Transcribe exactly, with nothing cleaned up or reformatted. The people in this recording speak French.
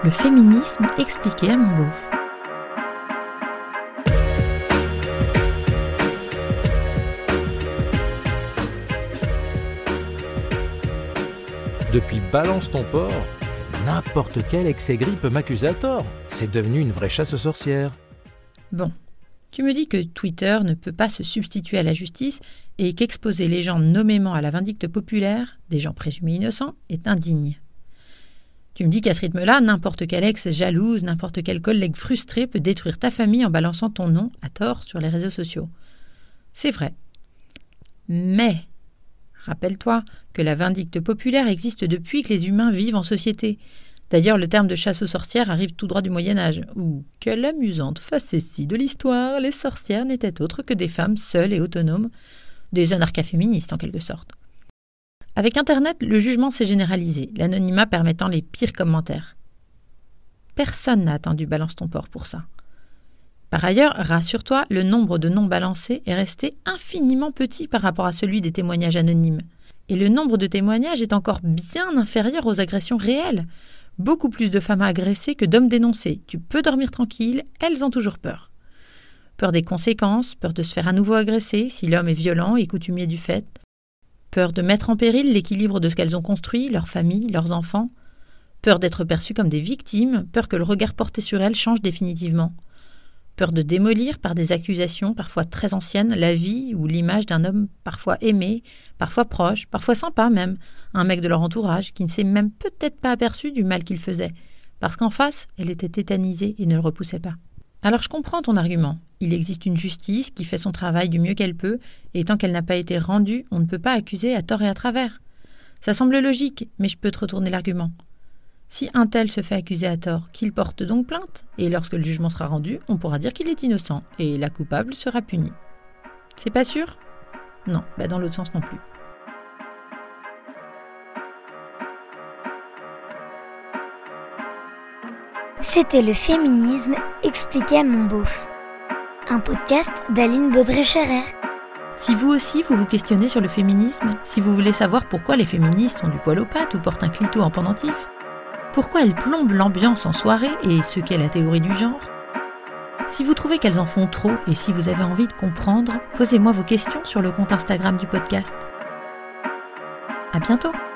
Le féminisme expliqué à mon beauf. Depuis Balance ton porc, n'importe quel ex-aigri peut m'accuser à tort. C'est devenu une vraie chasse aux sorcières. Bon, tu me dis que Twitter ne peut pas se substituer à la justice et qu'exposer les gens nommément à la vindicte populaire, des gens présumés innocents, est indigne. Tu me dis qu'à ce rythme-là, n'importe quelle ex jalouse, n'importe quel collègue frustré peut détruire ta famille en balançant ton nom à tort sur les réseaux sociaux. C'est vrai. Mais, rappelle-toi que la vindicte populaire existe depuis que les humains vivent en société. D'ailleurs, le terme de chasse aux sorcières arrive tout droit du Moyen-Âge, où, quelle amusante facétie de l'histoire, les sorcières n'étaient autres que des femmes seules et autonomes, des anarchas-féministes en quelque sorte. Avec Internet, le jugement s'est généralisé, l'anonymat permettant les pires commentaires. Personne n'a attendu Balance ton porc pour ça. Par ailleurs, rassure-toi, le nombre de noms balancés est resté infiniment petit par rapport à celui des témoignages anonymes. Et le nombre de témoignages est encore bien inférieur aux agressions réelles. Beaucoup plus de femmes agressées que d'hommes dénoncés. Tu peux dormir tranquille, elles ont toujours peur. Peur des conséquences, peur de se faire à nouveau agresser si l'homme est violent et coutumier du fait. Peur de mettre en péril l'équilibre de ce qu'elles ont construit, leur famille, leurs enfants. Peur d'être perçues comme des victimes, peur que le regard porté sur elles change définitivement. Peur de démolir par des accusations parfois très anciennes la vie ou l'image d'un homme parfois aimé, parfois proche, parfois sympa même, un mec de leur entourage qui ne s'est même peut-être pas aperçu du mal qu'il faisait, parce qu'en face, elle était tétanisée et ne le repoussait pas. Alors je comprends ton argument. Il existe une justice qui fait son travail du mieux qu'elle peut, et tant qu'elle n'a pas été rendue, on ne peut pas accuser à tort et à travers. Ça semble logique, mais je peux te retourner l'argument. Si un tel se fait accuser à tort, qu'il porte donc plainte, et lorsque le jugement sera rendu, on pourra dire qu'il est innocent, et la coupable sera punie. C'est pas sûr ? Non, bah dans l'autre sens non plus. C'était le féminisme expliqué à mon beauf. Un podcast d'Aline Baudré-Scherer. Si vous aussi vous vous questionnez sur le féminisme, si vous voulez savoir pourquoi les féministes ont du poil aux pattes ou portent un clito en pendentif, pourquoi elles plombent l'ambiance en soirée et ce qu'est la théorie du genre, si vous trouvez qu'elles en font trop et si vous avez envie de comprendre, posez-moi vos questions sur le compte Instagram du podcast. À bientôt.